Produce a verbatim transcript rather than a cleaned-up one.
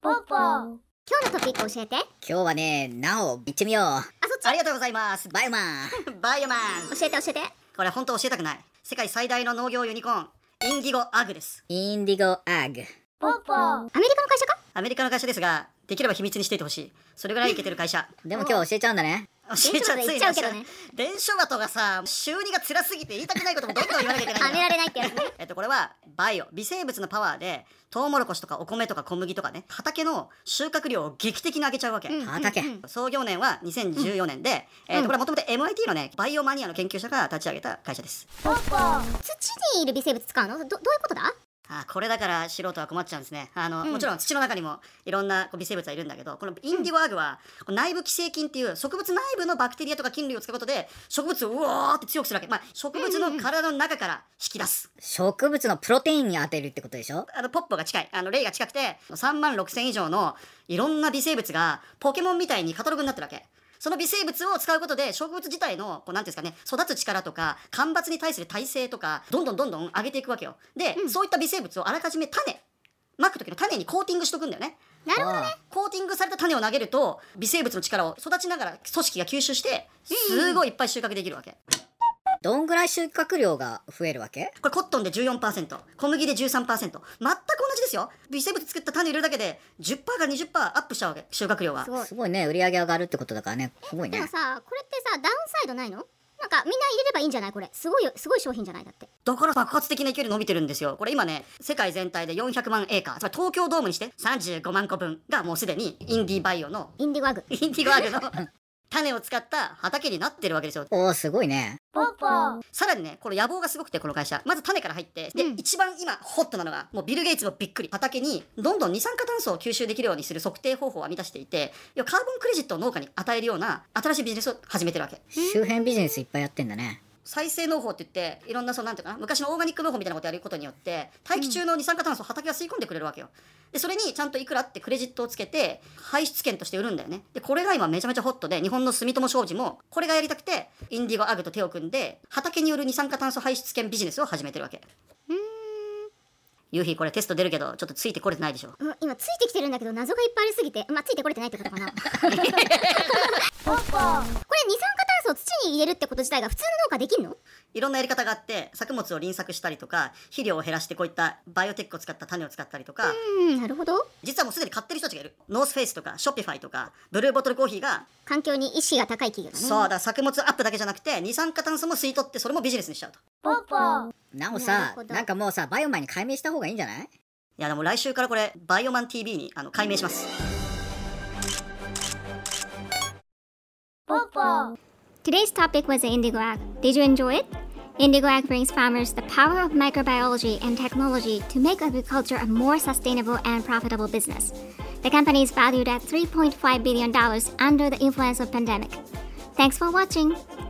ポッポー。今日のトピック教えて。 今日はね、なお、行ってみよう。 あ、そっち。 ありがとうございます。 バイオマン。 バイオマン。 教えて教えて。 これ本当教えたくない。世界最大の農業ユニコーン、インディゴアグです。 インディゴアグ。 ポッポー。アメリカの会社か？ アメリカの会社ですが、できれば秘密にしていてほしい。それぐらいイケてる会社。 でも今日教えちゃうんだね。 教えちゃ電書バト言っちゃうけどね。 電書バトがさ、週にが辛すぎて言いたくないこともどんどん言わなきゃいけないんだよ。 はめられないってやつね。 えっとこれはバイオ、微生物のパワーでトウモロコシとかお米とか小麦とかね、畑の収穫量を劇的に上げちゃうわけ。 うん畑。 うんうん創業年はにせんじゅうよねんで、えっとこれはもともと エムアイティー のね、バイオマニアの研究者が立ち上げた会社です。 ポッポー。土にいる微生物使うの？どどういうことだ？ あ、これだから素人は困っちゃうんですね。あの、 うん、 もちろん土の中にもいろんなこう微生物はいるんだけど、このインディゴアグは、この内部寄生菌っていう植物内部のバクテリアとか菌類を使うことで植物をうおーって強くするわけ。まあ、植物の体の中から引き出す。 植物のプロテインに当てるってことでしょ？ あのポッポが近い、あの例が近くてさんまんろくせん以上のいろんな微生物がポケモンみたいにカタログになってるわけ。その微生物を使うことで植物自体のこうなんていうんですかね、育つ力とか干ばつに対する耐性とかどんどんどんどん上げていくわけよ。で、うん、そういった微生物をあらかじめ種まく時の種にコーティングしとくんだよね。 なるほどね。 コーティングされた種を投げると微生物の力を育ちながら組織が吸収してすごいいっぱい収穫できるわけ。 どんぐらい収穫量が増えるわけ？ これコットンで じゅうよんパーセント、 小麦で じゅうさんパーセント、 全く同じですよ。微生物作った種入れるだけで じゅっパーセント から にじゅっパーセント アップしちゃうわけ、収穫量が。 すごい、すごいね。売り上げ上がるってことだからね。すごいね。 でもさ、これってさ、ダウンサイドないの？なんかみんな入れればいいんじゃない？これすごいすごい商品じゃない？だってだから爆発的な勢いで伸びてるんですよ。これ今ね、世界全体でよんひゃくまんエーカー、つまり東京ドームにしてさんじゅうごまんこぶんがもうすでにインディバイオのインディゴアグインディゴアグの種を使った畑になってるわけですよ。 おー、すごいね。 ポッポー。 さらにね、この野望がすごくて、この会社まず種から入って、で、うん、一番今ホットなのがもうビル・ゲイツもびっくり、畑にどんどん二酸化炭素を吸収できるようにする測定方法を編み出していて、要はカーボンクレジットを農家に与えるような新しいビジネスを始めてるわけ。 周辺ビジネスいっぱいやってんだね。 再生農法って言っていろんなそのなんていうかな、昔のオーガニック農法みたいなことをやることによって大気中の二酸化炭素を畑が吸い込んでくれるわけよ。でそれにちゃんといくらってクレジットをつけて排出権として売るんだよね。でこれが今めちゃめちゃホットで、日本の住友商事もこれがやりたくてインディゴアグと手を組んで畑による二酸化炭素排出権ビジネスを始めてるわけ。 うーん。 ユーヒーこれテスト出るけどちょっとついてこれてないでしょ。 うん、今ついてきてるんだけど謎がいっぱいありすぎて、まあ、ついてこれてないってことかな。ポッポー。これ二酸化炭素を土に入れるってこと自体が普通の農家できんの？ いろんなやり方があって、作物を輪作したりとか肥料を減らしてこういったバイオテックを使った種を使ったりとか。 うん、なるほど。 実はもうすでに買ってる人たちがいる。ノースフェイスとかショッピファイとかブルーボトルコーヒーが環境に意識が高い企業だね。 そうだ、作物アップだけじゃなくて二酸化炭素も吸い取ってそれもビジネスにしちゃうと。 ポッポー。 なおさ、なんかもうさ、バイオマンに改名した方がいいんじゃない？ いやでも来週からこれバイオマン ティーブイ にあの改名します。 ポッポー。Today's topic was the Indigo Ag. Did you enjoy it? Indigo Ag brings farmers the power of microbiology and technology to make agriculture a more sustainable and profitable business. The company is valued at three point five billion dollars under the influence of pandemic. Thanks for watching.